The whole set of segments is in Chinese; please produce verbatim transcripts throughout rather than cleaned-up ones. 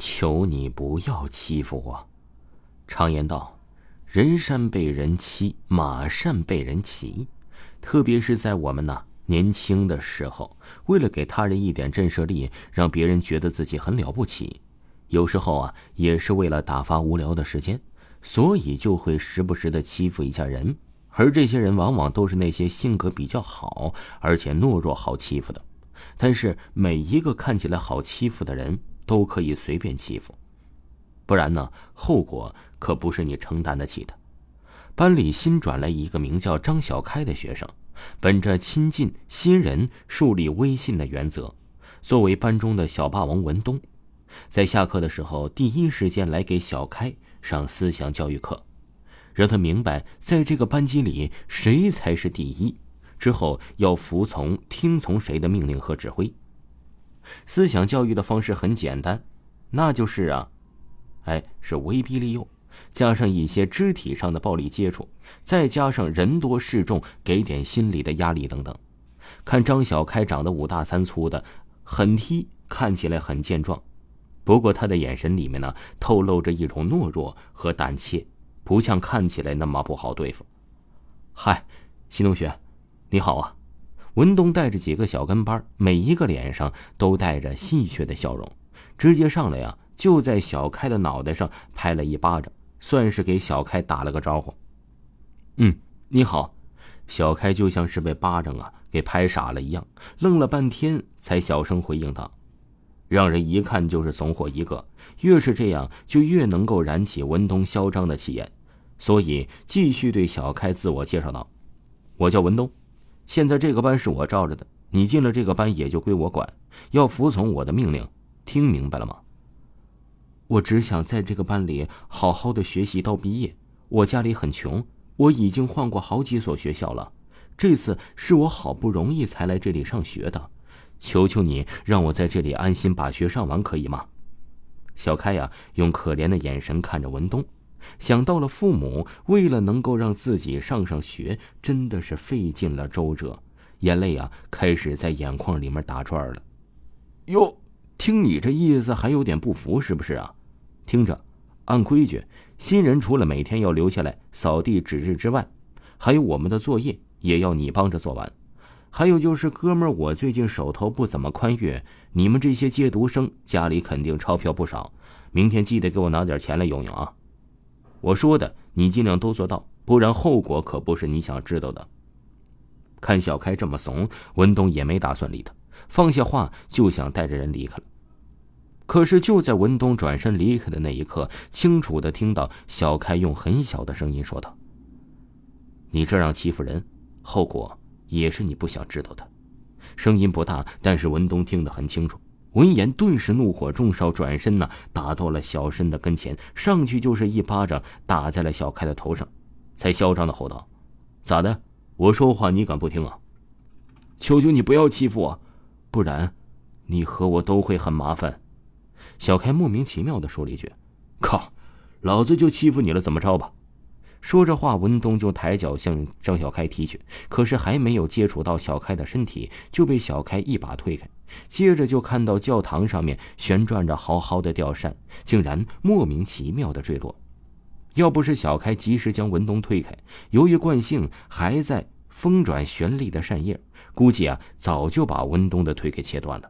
求你不要欺负我。常言道，人善被人欺，马善被人骑。特别是在我们呢年轻的时候，为了给他人一点震慑力，让别人觉得自己很了不起，有时候啊也是为了打发无聊的时间，所以就会时不时的欺负一下人。而这些人往往都是那些性格比较好而且懦弱好欺负的。但是每一个看起来好欺负的人都可以随便欺负，不然呢后果可不是你承担得起的。班里新转来一个名叫张小开的学生，本着亲近新人树立威信的原则，作为班中的小霸王文东，在下课的时候第一时间来给小开上思想教育课，让他明白在这个班级里谁才是第一，之后要服从听从谁的命令和指挥。思想教育的方式很简单，那就是啊哎是威逼利诱，加上一些肢体上的暴力接触，再加上人多势众，给点心理的压力等等。看张小开长得五大三粗的，很踢，看起来很健壮，不过他的眼神里面呢透露着一种懦弱和胆怯，不像看起来那么不好对付。嗨，新同学你好啊。文东带着几个小跟班，每一个脸上都带着戏谑的笑容，直接上来呀、啊、就在小开的脑袋上拍了一巴掌，算是给小开打了个招呼。嗯，你好。小开就像是被巴掌啊给拍傻了一样，愣了半天才小声回应道，让人一看就是怂货一个，越是这样就越能够燃起文东嚣张的气焰，所以继续对小开自我介绍道，我叫文东，现在这个班是我罩着的，你进了这个班也就归我管，要服从我的命令，听明白了吗？我只想在这个班里好好的学习到毕业，我家里很穷，我已经换过好几所学校了，这次是我好不容易才来这里上学的，求求你让我在这里安心把学上完可以吗？小开呀、啊、用可怜的眼神看着文东，想到了父母为了能够让自己上上学真的是费尽了周折，眼泪啊开始在眼眶里面打转了。哟，听你这意思还有点不服是不是啊？听着，按规矩新人除了每天要留下来扫地值日之外，还有我们的作业也要你帮着做完，还有就是哥们儿我最近手头不怎么宽裕，你们这些借读生家里肯定钞票不少，明天记得给我拿点钱来用用啊。我说的你尽量都做到，不然后果可不是你想知道的。看小开这么怂，文东也没打算理他，放下话就想带着人离开了。可是就在文东转身离开的那一刻，清楚地听到小开用很小的声音说道，你这样欺负人，后果也是你不想知道的。声音不大，但是文东听得很清楚。闻言顿时怒火中烧，转身呢打到了小申的跟前，上去就是一巴掌打在了小开的头上，才嚣张的吼道，咋的，我说话你敢不听啊？求求你不要欺负我，不然你和我都会很麻烦。小开莫名其妙的说了一句，靠，老子就欺负你了怎么着吧。说着话，文东就抬脚向张小开踢去，可是还没有接触到小开的身体，就被小开一把推开。接着就看到教堂上面旋转着好好的吊扇，竟然莫名其妙的坠落。要不是小开及时将文东推开，由于惯性还在风转旋立的扇叶，估计啊早就把文东的腿给切断了。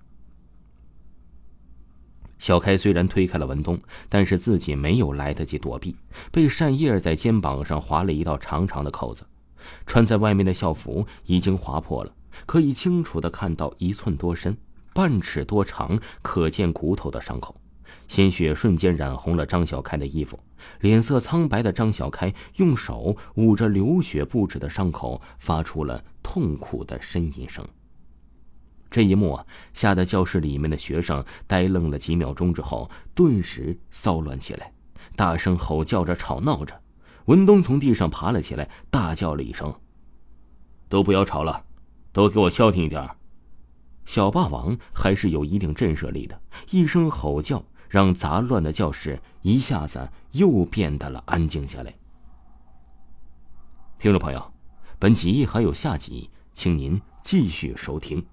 小开虽然推开了文东，但是自己没有来得及躲避，被扇叶在肩膀上划了一道长长的扣子。穿在外面的校服已经划破了，可以清楚地看到一寸多深，半尺多长，可见骨头的伤口。鲜血瞬间染红了张小开的衣服，脸色苍白的张小开用手捂着流血不止的伤口，发出了痛苦的呻吟声。这一幕啊，吓得教室里面的学生呆愣了几秒钟之后，顿时骚乱起来，大声吼叫着吵闹着。文东从地上爬了起来，大叫了一声，都不要吵了，都给我消停一点。小霸王还是有一定震慑力的，一声吼叫让杂乱的教室一下子又变得了安静下来。听众朋友，本集还有下集，请您继续收听。